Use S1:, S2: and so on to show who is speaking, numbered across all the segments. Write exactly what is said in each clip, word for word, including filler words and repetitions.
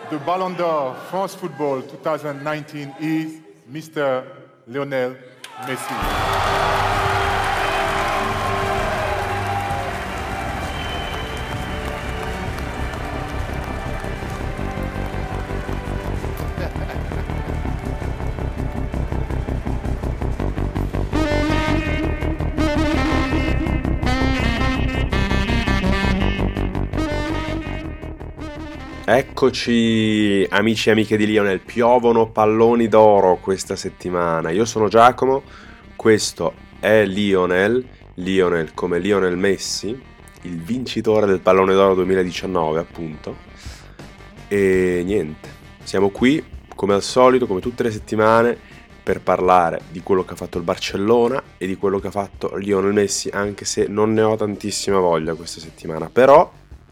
S1: The Ballon d'Or France Football twenty nineteen is mister Lionel Messi.
S2: Eccoci amici e amiche di Lionel, piovono palloni d'oro questa settimana. Io sono Giacomo, questo è Lionel, Lionel come Lionel Messi, il vincitore del pallone d'oro duemiladiciannove appunto. E niente, siamo qui come al solito, come tutte le settimane, per parlare di quello che ha fatto il Barcellona e di quello che ha fatto Lionel Messi, anche se non ne ho tantissima voglia questa settimana, però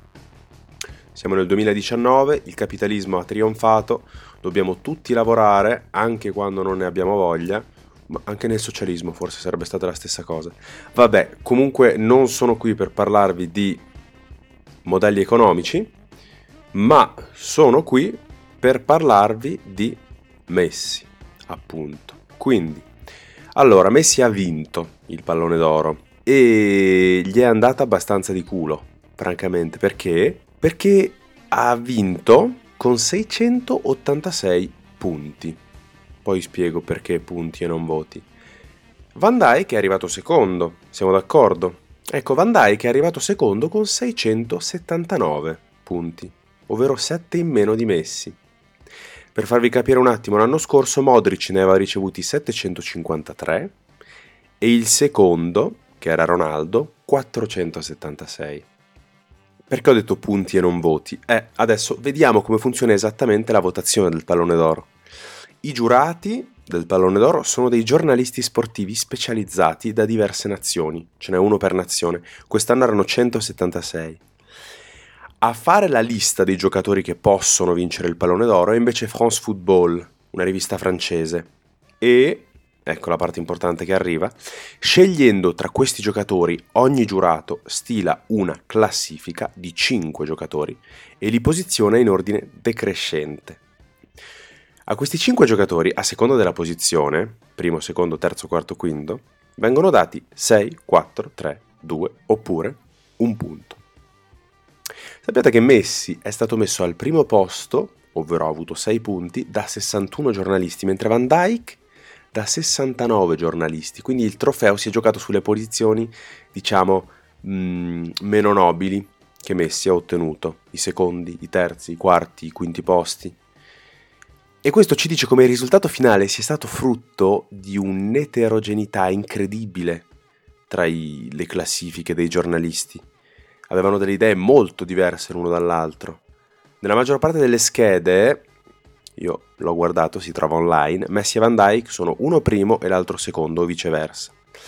S2: siamo nel duemiladiciannove, il capitalismo ha trionfato, dobbiamo tutti lavorare anche quando non ne abbiamo voglia, ma anche nel socialismo forse sarebbe stata la stessa cosa. Vabbè, comunque non sono qui per parlarvi di modelli economici, ma sono qui per parlarvi di Messi, appunto. Quindi, allora, Messi ha vinto il pallone d'oro e gli è andata abbastanza di culo, francamente, perché... Perché ha vinto con seicentottantasei punti. Poi spiego perché punti e non voti. Van Dijk è arrivato secondo, siamo d'accordo? Ecco, Van Dijk è arrivato secondo con seicentosettantanove punti, ovvero sette in meno di Messi. Per farvi capire un attimo, l'anno scorso Modric ne aveva ricevuti settecentocinquantatré e il secondo, che era Ronaldo, quattrocentosettantasei. Perché ho detto punti e non voti? Eh, adesso vediamo come funziona esattamente la votazione del pallone d'oro. I giurati del pallone d'oro sono dei giornalisti sportivi specializzati da diverse nazioni, ce n'è uno per nazione, quest'anno erano centosettantasei. A fare la lista dei giocatori che possono vincere il pallone d'oro è invece France Football, una rivista francese, e... ecco la parte importante che arriva, scegliendo tra questi giocatori ogni giurato stila una classifica di cinque giocatori e li posiziona in ordine decrescente. A questi cinque giocatori, a seconda della posizione, primo, secondo, terzo, quarto, quinto, vengono dati sei, quattro, tre, due oppure un punto. Sappiate che Messi è stato messo al primo posto, ovvero ha avuto sei punti, da sessantuno giornalisti, mentre Van Dijk da sessantanove giornalisti, quindi il trofeo si è giocato sulle posizioni, diciamo, mh, meno nobili che Messi ha ottenuto, i secondi, i terzi, i quarti, i quinti posti. E questo ci dice come il risultato finale sia stato frutto di un'eterogeneità incredibile tra i, le classifiche dei giornalisti. Avevano delle idee molto diverse l'uno dall'altro. Nella maggior parte delle schede... io l'ho guardato, si trova online, Messi e Van Dijk sono uno primo e l'altro secondo o viceversa.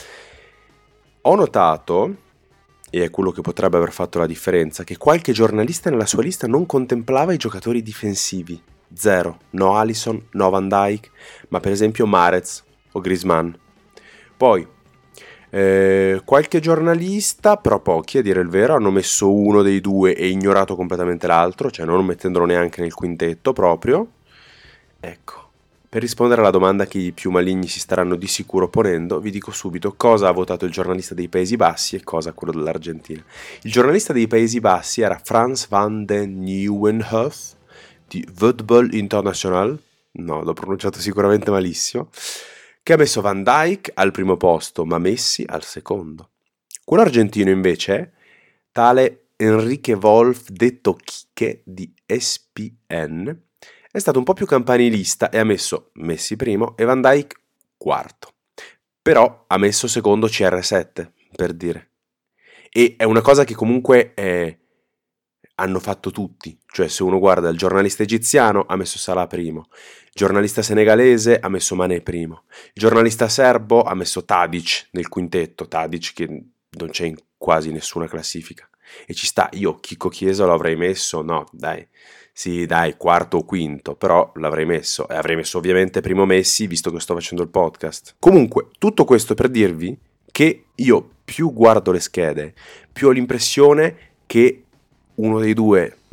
S2: Ho notato, e è quello che potrebbe aver fatto la differenza, che qualche giornalista nella sua lista non contemplava i giocatori difensivi. Zero, no Alisson, no Van Dijk, ma per esempio Mahrez o Griezmann. Poi, eh, qualche giornalista, però pochi a dire il vero, hanno messo uno dei due e ignorato completamente l'altro, cioè non mettendolo neanche nel quintetto proprio. Ecco, per rispondere alla domanda che i più maligni si staranno di sicuro ponendo, vi dico subito cosa ha votato il giornalista dei Paesi Bassi e cosa quello dell'Argentina. Il giornalista dei Paesi Bassi era Frans van den Nieuwenhof di Voetbal International, no, l'ho pronunciato sicuramente malissimo, che ha messo Van Dijk al primo posto, ma Messi al secondo. Quello argentino invece è tale Enrique Wolf, detto Kike di E S P N, è stato un po' più campanilista e ha messo Messi primo e Van Dijk quarto. Però ha messo secondo C R sette, per dire. E è una cosa che comunque eh, hanno fatto tutti. Cioè, se uno guarda il giornalista egiziano, ha messo Salah primo. Il giornalista senegalese ha messo Mané primo. Il giornalista serbo ha messo Tadic nel quintetto. Tadic che non c'è in quasi nessuna classifica. E ci sta, io Chico Chiesa lo avrei messo, no, dai. Sì, dai, quarto o quinto, però l'avrei messo. E avrei messo ovviamente primo Messi, visto che sto facendo il podcast. Comunque, tutto questo per dirvi che io più guardo le schede, più ho l'impressione che uno dei due,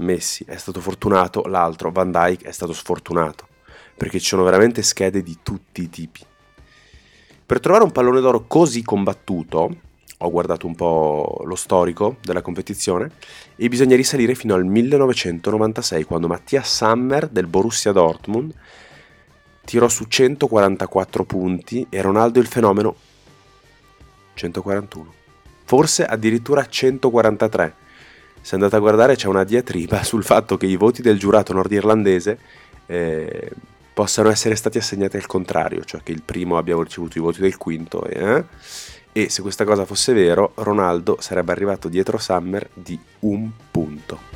S2: Messi è stato fortunato, l'altro, Van Dijk, è stato sfortunato, perché ci sono veramente schede di tutti i tipi. Per trovare un pallone d'oro così combattuto, ho guardato un po' lo storico della competizione e bisogna risalire fino al millenovecentonovantasei, quando Matthias Sammer del Borussia Dortmund tirò su centoquarantaquattro punti e Ronaldo il fenomeno centoquarantuno, forse addirittura centoquarantatré. Se andate a guardare c'è una diatriba sul fatto che i voti del giurato nordirlandese eh, possano essere stati assegnati al contrario, cioè che il primo abbia ricevuto i voti del quinto eh? E se questa cosa fosse vero, Ronaldo sarebbe arrivato dietro Sammer di un punto.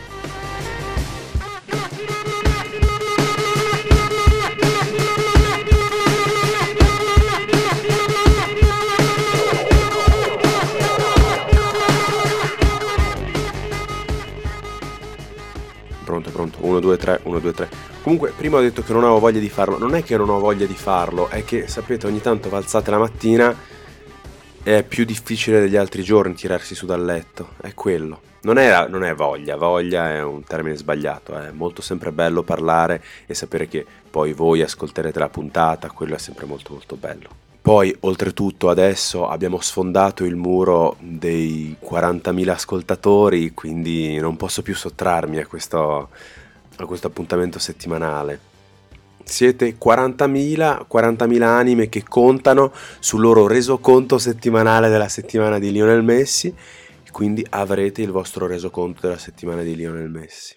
S2: Pronto, pronto, uno, due, tre, uno, due, tre. Comunque, prima ho detto che non avevo voglia di farlo. Non è che non ho voglia di farlo, è che, sapete, ogni tanto vi alzate la mattina e è più difficile degli altri giorni tirarsi su dal letto. È quello. Non è, non è voglia, voglia è un termine sbagliato. È molto sempre bello parlare e sapere che poi voi ascolterete la puntata, quello è sempre molto molto bello. Poi, oltretutto, adesso abbiamo sfondato il muro dei quarantamila ascoltatori, quindi non posso più sottrarmi a questo, a questo appuntamento settimanale. Siete quarantamila, quarantamila anime che contano sul loro resoconto settimanale della settimana di Lionel Messi, quindi avrete il vostro resoconto della settimana di Lionel Messi.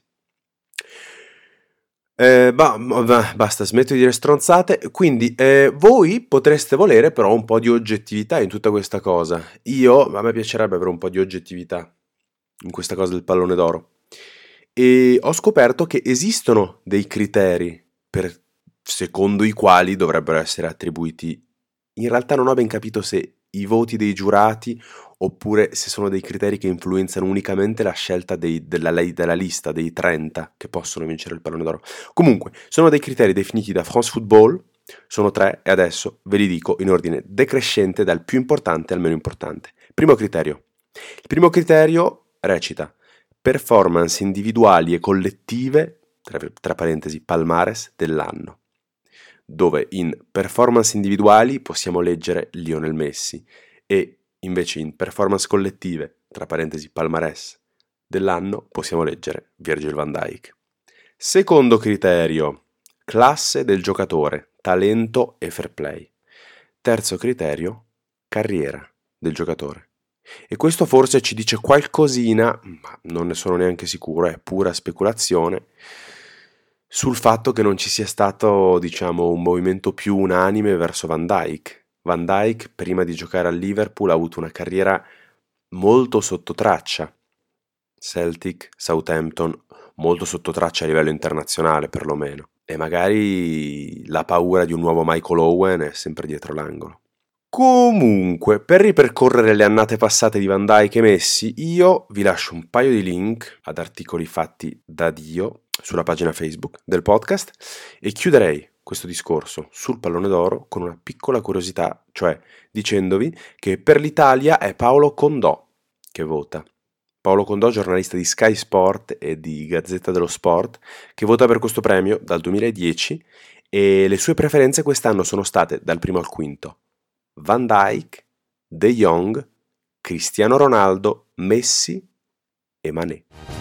S2: Eh, bah, bah, basta, smetto di dire stronzate. Quindi eh, voi potreste volere però un po' di oggettività in tutta questa cosa. Io, a me piacerebbe avere un po' di oggettività in questa cosa del pallone d'oro, e ho scoperto che esistono dei criteri per, secondo i quali dovrebbero essere attribuiti. In realtà non ho ben capito se i voti dei giurati oppure se sono dei criteri che influenzano unicamente la scelta dei, della, della lista dei trenta che possono vincere il pallone d'oro. Comunque, sono dei criteri definiti da France Football, sono tre e adesso ve li dico in ordine decrescente dal più importante al meno importante. Primo criterio. Il primo criterio recita: performance individuali e collettive, tra, tra parentesi, palmares dell'anno, dove in performance individuali possiamo leggere Lionel Messi e invece in performance collettive, tra parentesi palmarès dell'anno, possiamo leggere Virgil van Dijk. Secondo criterio, classe del giocatore, talento e fair play. Terzo criterio, carriera del giocatore. E questo forse ci dice qualcosina, ma non ne sono neanche sicuro, è pura speculazione, sul fatto che non ci sia stato, diciamo, un movimento più unanime verso Van Dijk. Van Dijk, prima di giocare al Liverpool, ha avuto una carriera molto sotto traccia. Celtic, Southampton, molto sotto traccia a livello internazionale perlomeno. E magari la paura di un nuovo Michael Owen è sempre dietro l'angolo. Comunque, per ripercorrere le annate passate di Van Dijk e Messi, io vi lascio un paio di link ad articoli fatti da Dio sulla pagina Facebook del podcast e chiuderei questo discorso sul pallone d'oro con una piccola curiosità, cioè dicendovi che per l'Italia è Paolo Condò che vota. Paolo Condò, giornalista di Sky Sport e di Gazzetta dello Sport, che vota per questo premio dal duemiladieci, e le sue preferenze quest'anno sono state, dal primo al quinto, Van Dijk, De Jong, Cristiano Ronaldo, Messi e Mané.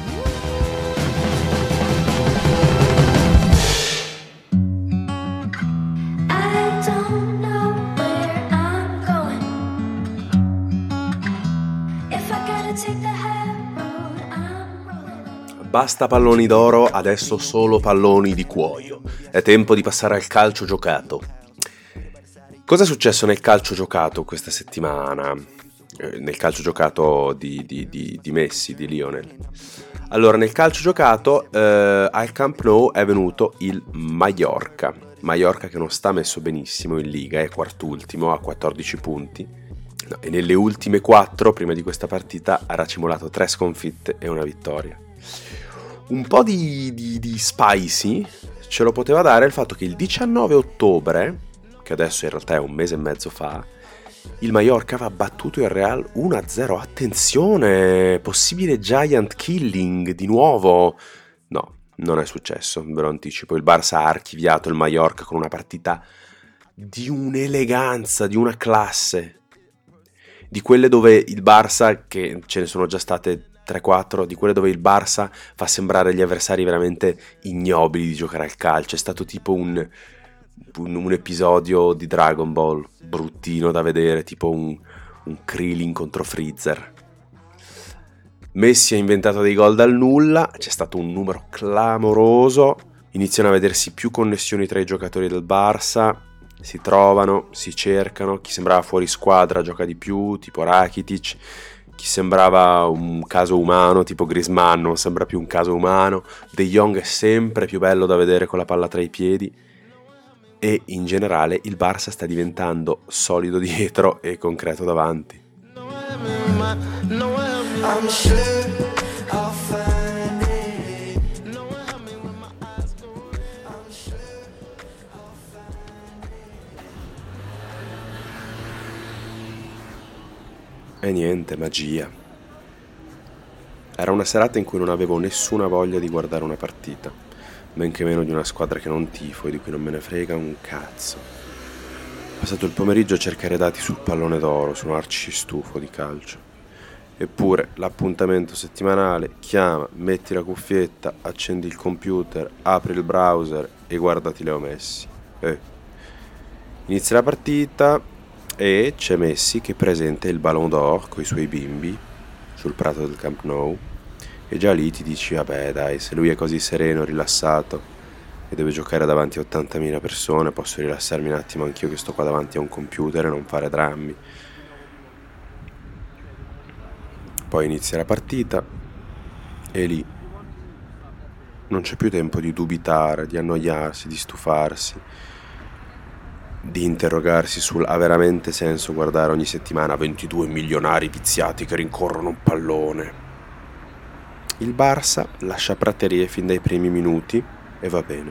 S2: Basta palloni d'oro, adesso solo palloni di cuoio. È tempo di passare al calcio giocato. Cosa è successo nel calcio giocato questa settimana? Eh, nel calcio giocato di, di, di, di Messi, di Lionel. Allora, nel calcio giocato eh, al Camp Nou è venuto il Mallorca. Mallorca che non sta messo benissimo in Liga, è quartultimo a quattordici punti. No, e nelle ultime quattro, prima di questa partita, ha racimolato tre sconfitte e una vittoria. Un po' di, di, di spicy ce lo poteva dare il fatto che il diciannove ottobre, che adesso in realtà è un mese e mezzo fa, il Mallorca aveva battuto il Real uno a zero. Attenzione, possibile giant killing di nuovo. No, non è successo, ve lo anticipo. Il Barça ha archiviato il Mallorca con una partita di un'eleganza, di una classe, di quelle dove il Barça, che ce ne sono già state tre quattro, di quelle dove il Barça fa sembrare gli avversari veramente ignobili di giocare al calcio. È stato tipo un, un, un episodio di Dragon Ball bruttino da vedere, tipo un, un Krillin contro Freezer. Messi ha inventato dei gol dal nulla, c'è stato un numero clamoroso, iniziano a vedersi più connessioni tra i giocatori del Barça, si trovano, si cercano, chi sembrava fuori squadra gioca di più, tipo Rakitic, chi sembrava un caso umano, tipo Griezmann, non sembra più un caso umano, De Jong è sempre più bello da vedere con la palla tra i piedi, e in generale il Barça sta diventando solido dietro e concreto davanti. I'm sure I'll find it. No, I'm in my eyes, I'm sure I'll find it. E niente, magia. Era una serata in cui non avevo nessuna voglia di guardare una partita, men che meno di una squadra che non tifo e di cui non me ne frega un cazzo. Ho passato il pomeriggio a cercare dati sul pallone d'oro, sono arcistufo di calcio. Eppure l'appuntamento settimanale, chiama, metti la cuffietta, accendi il computer, apri il browser e guardati Leo Messi. Eh. Inizia la partita e c'è Messi che presenta il Ballon d'Or coi suoi bimbi sul prato del Camp Nou, e già lì ti dici vabbè dai, se lui è così sereno, rilassato e deve giocare davanti a ottantamila persone, posso rilassarmi un attimo anch'io che sto qua davanti a un computer e non fare drammi. Poi inizia la partita e lì non c'è più tempo di dubitare, di annoiarsi, di stufarsi, di interrogarsi sul ha veramente senso guardare ogni settimana ventidue milionari viziati che rincorrono un pallone. Il Barça lascia praterie fin dai primi minuti e va bene.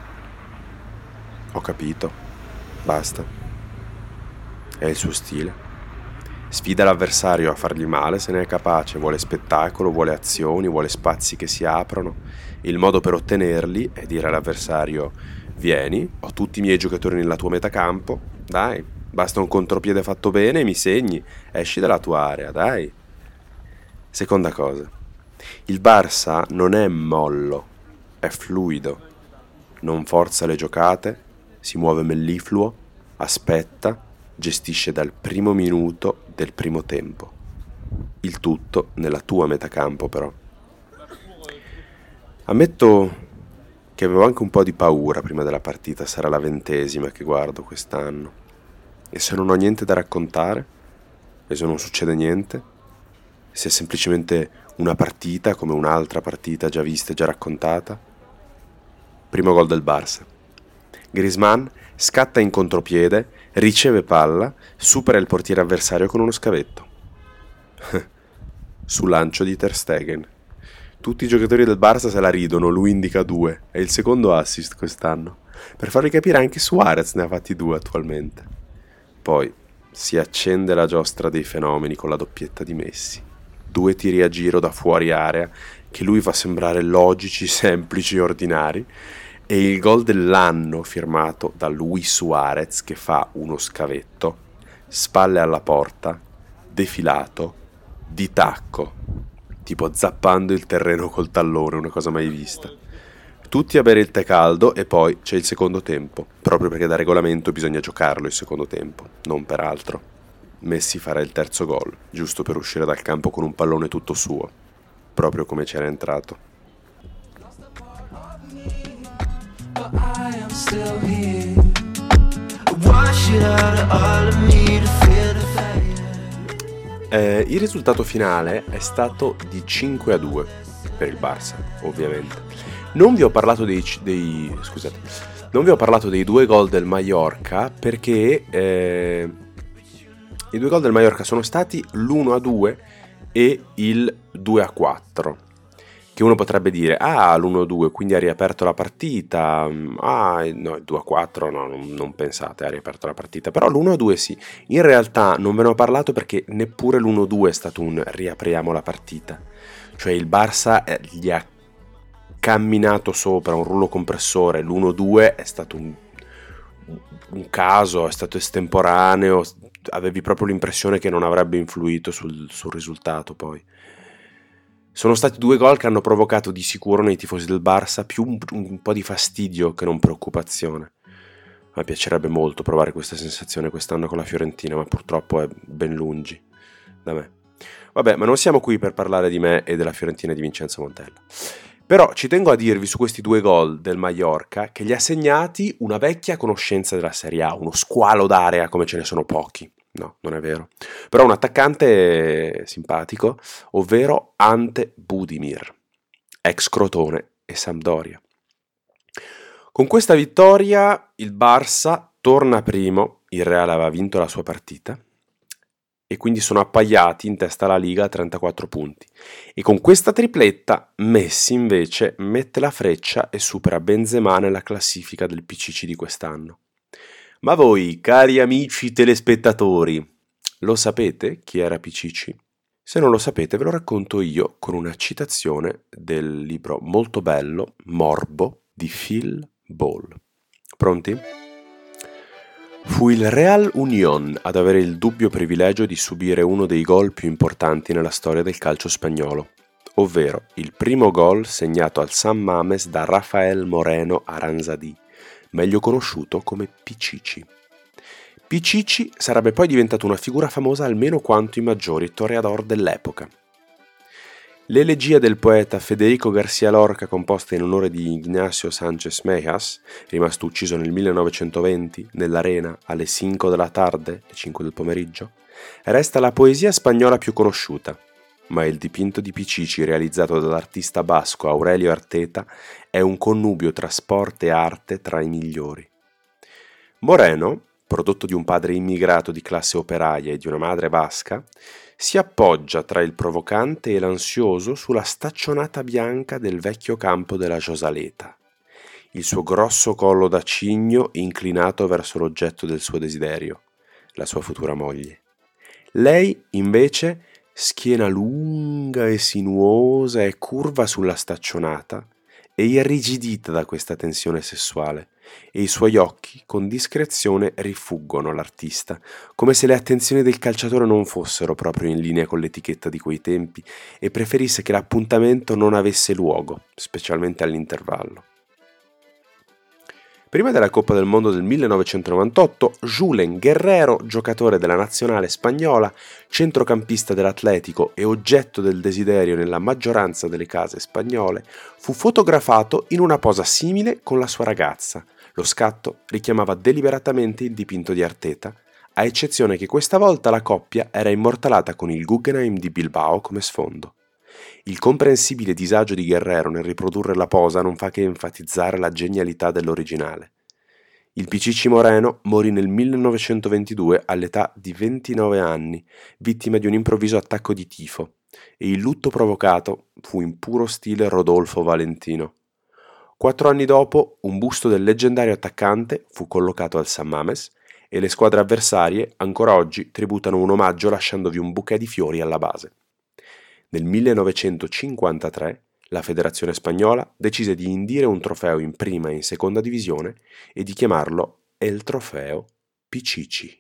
S2: Ho capito, basta. È il suo stile. Sfida l'avversario a fargli male se ne è capace, vuole spettacolo, vuole azioni, vuole spazi che si aprono. Il modo per ottenerli è dire all'avversario vieni, ho tutti i miei giocatori nella tua metacampo, dai, basta un contropiede fatto bene, mi segni, esci dalla tua area, dai. Seconda cosa, il Barça non è mollo, è fluido, non forza le giocate, si muove mellifluo, aspetta, gestisce dal primo minuto del primo tempo. Il tutto nella tua metacampo però. Ammetto che avevo anche un po' di paura prima della partita, sarà la ventesima che guardo quest'anno. E se non ho niente da raccontare, e se non succede niente, se è semplicemente una partita come un'altra partita già vista e già raccontata. Primo gol del Barça. Griezmann scatta in contropiede, riceve palla, supera il portiere avversario con uno scavetto. Su lancio di Ter Stegen. Tutti i giocatori del Barça se la ridono, lui indica due. È il secondo assist quest'anno. Per farvi capire, anche Suarez ne ha fatti due attualmente. Poi si accende la giostra dei fenomeni con la doppietta di Messi. Due tiri a giro da fuori area che lui fa sembrare logici, semplici e ordinari. E il gol dell'anno firmato da Luis Suarez che fa uno scavetto, spalle alla porta, defilato, di tacco, tipo zappando il terreno col tallone, una cosa mai vista. Tutti a bere il tè caldo e poi c'è il secondo tempo, proprio perché da regolamento bisogna giocarlo il secondo tempo, non per altro. Messi farà il terzo gol, giusto per uscire dal campo con un pallone tutto suo, proprio come c'era entrato. Eh, il risultato finale è stato di cinque a due per il Barça, ovviamente. Non vi ho parlato dei, dei scusate, non vi ho parlato dei due gol del Mallorca perché eh, i due gol del Mallorca sono stati l'uno a due e il due a quattro. che uno potrebbe dire, ah, l'uno due, quindi ha riaperto la partita, ah, no, il due a quattro, no, non, non pensate, ha riaperto la partita, però l'uno due sì. In realtà non ve ne ho parlato perché neppure l'uno due è stato un riapriamo la partita, cioè il Barça eh, gli ha camminato sopra un rullo compressore, l'uno due è stato un, un caso, è stato estemporaneo, avevi proprio l'impressione che non avrebbe influito sul, sul risultato poi. Sono stati due gol che hanno provocato di sicuro nei tifosi del Barça più un, un po' di fastidio che non preoccupazione. A me piacerebbe molto provare questa sensazione quest'anno con la Fiorentina, ma purtroppo è ben lungi da me. Vabbè, ma non siamo qui per parlare di me e della Fiorentina di Vincenzo Montella. Però ci tengo a dirvi su questi due gol del Mallorca che li ha segnati una vecchia conoscenza della Serie A, uno squalo d'area come ce ne sono pochi. No, non è vero. Però un attaccante simpatico, ovvero Ante Budimir, ex Crotone e Sampdoria. Con questa vittoria il Barça torna primo, il Real aveva vinto la sua partita e quindi sono appaiati in testa alla Liga a trentaquattro punti. E con questa tripletta Messi invece mette la freccia e supera Benzema nella classifica del P C C di quest'anno. Ma voi, cari amici telespettatori, lo sapete chi era Pichichi? Se non lo sapete ve lo racconto io con una citazione del libro molto bello, Morbo, di Phil Ball. Pronti? Fu il Real Unión ad avere il dubbio privilegio di subire uno dei gol più importanti nella storia del calcio spagnolo, ovvero il primo gol segnato al San Mames da Rafael Moreno Aranzadi, meglio conosciuto come Pichichi. Pichichi sarebbe poi diventato una figura famosa almeno quanto i maggiori toreador dell'epoca. L'elegia del poeta Federico García Lorca, composta in onore di Ignacio Sánchez Mejas, rimasto ucciso nel millenovecentoventi nell'Arena alle cinque della tarde, le cinque del pomeriggio, resta la poesia spagnola più conosciuta, ma il dipinto di Pichichi realizzato dall'artista basco Aurelio Arteta è un connubio tra sport e arte tra i migliori. Moreno, prodotto di un padre immigrato di classe operaia e di una madre basca, si appoggia tra il provocante e l'ansioso sulla staccionata bianca del vecchio campo della Josaleta, il suo grosso collo da cigno inclinato verso l'oggetto del suo desiderio, la sua futura moglie. Lei, invece, schiena lunga e sinuosa e curva sulla staccionata, e irrigidita da questa tensione sessuale, e i suoi occhi con discrezione rifuggono l'artista, come se le attenzioni del calciatore non fossero proprio in linea con l'etichetta di quei tempi e preferisse che l'appuntamento non avesse luogo, specialmente all'intervallo. Prima della Coppa del Mondo del millenovecentonovantotto, Julen Guerrero, giocatore della nazionale spagnola, centrocampista dell'Atletico e oggetto del desiderio nella maggioranza delle case spagnole, fu fotografato in una posa simile con la sua ragazza. Lo scatto richiamava deliberatamente il dipinto di Arteta, a eccezione che questa volta la coppia era immortalata con il Guggenheim di Bilbao come sfondo. Il comprensibile disagio di Guerrero nel riprodurre la posa non fa che enfatizzare la genialità dell'originale. Il Pichichi Moreno morì nel millenovecentoventidue all'età di ventinove anni, vittima di un improvviso attacco di tifo, e il lutto provocato fu in puro stile Rodolfo Valentino. Quattro anni dopo, un busto del leggendario attaccante fu collocato al San Mames e le squadre avversarie ancora oggi tributano un omaggio lasciandovi un bouquet di fiori alla base. Nel millenovecentocinquantatré la Federazione Spagnola decise di indire un trofeo in prima e in seconda divisione e di chiamarlo El Trofeo Pichichi.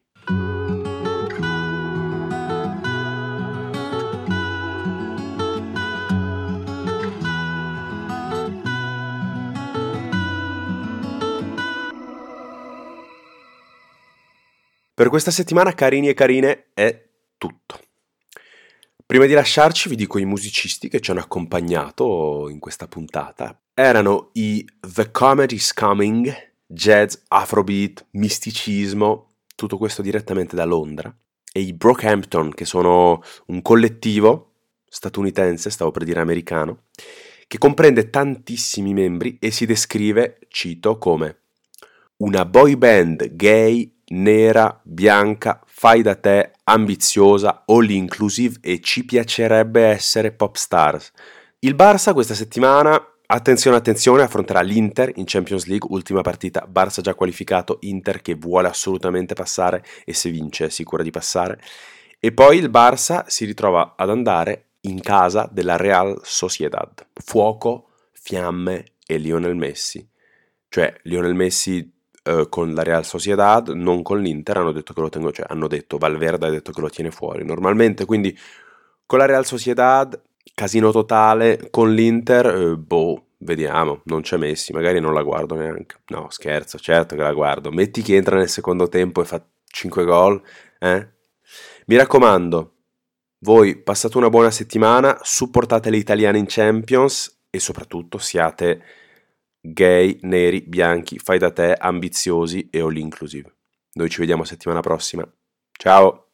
S2: Per questa settimana, carini e carine, è tutto. Prima di lasciarci vi dico i musicisti che ci hanno accompagnato in questa puntata. Erano i The Comedy's Coming, jazz, afrobeat, misticismo, tutto questo direttamente da Londra, e i Brockhampton, che sono un collettivo statunitense, stavo per dire americano, che comprende tantissimi membri e si descrive, cito, come una boy band gay, nera, bianca, fai da te, ambiziosa, all inclusive e ci piacerebbe essere pop stars. Il Barça questa settimana, attenzione attenzione, affronterà l'Inter in Champions League, ultima partita, Barça già qualificato, Inter che vuole assolutamente passare e se vince è sicura di passare. E poi il Barça si ritrova ad andare in casa della Real Sociedad. Fuoco, fiamme e Lionel Messi. Cioè Lionel Messi eh, con la Real Sociedad, non con l'Inter, hanno detto che lo tengo, cioè hanno detto, Valverde ha detto che lo tiene fuori normalmente, quindi con la Real Sociedad casino totale, con l'Inter eh, boh, vediamo, non c'è Messi, magari non la guardo neanche. No, scherzo, certo che la guardo. Metti che entra nel secondo tempo e fa cinque gol, eh? Mi raccomando, voi passate una buona settimana, supportate le italiane in Champions e soprattutto siate gay, neri, bianchi, fai da te, ambiziosi e all inclusive. Noi ci vediamo settimana prossima. Ciao!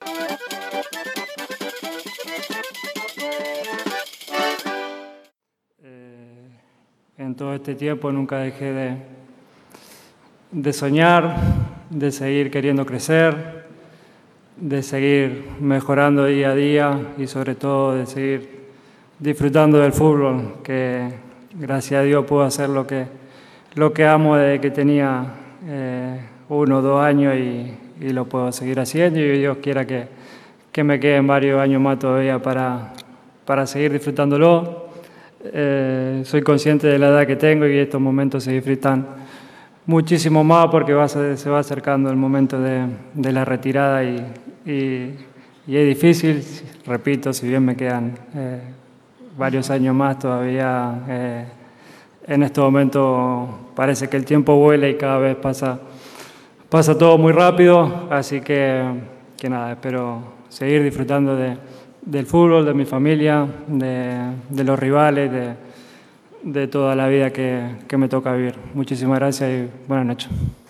S3: En todo este tiempo nunca dejé de, de soñar, de seguir queriendo crecer, de seguir mejorando día a día y sobre todo de seguir disfrutando del fútbol, que gracias a Dios puedo hacer lo que, lo que amo desde que tenía eh, uno o dos años y, y lo puedo seguir haciendo y Dios quiera que, que me queden varios años más todavía para, para seguir disfrutándolo. Eh, soy consciente de la edad que tengo y estos momentos se disfrutan muchísimo más porque va, se, se va acercando el momento de, de la retirada y, y, y es difícil, repito, si bien me quedan eh, varios años más todavía, eh, en estos momentos parece que el tiempo vuela y cada vez pasa, pasa todo muy rápido, así que, que nada, espero seguir disfrutando de del fútbol, de mi familia, de, de los rivales, de, de toda la vida que, que me toca vivir. Muchísimas gracias y buenas noches.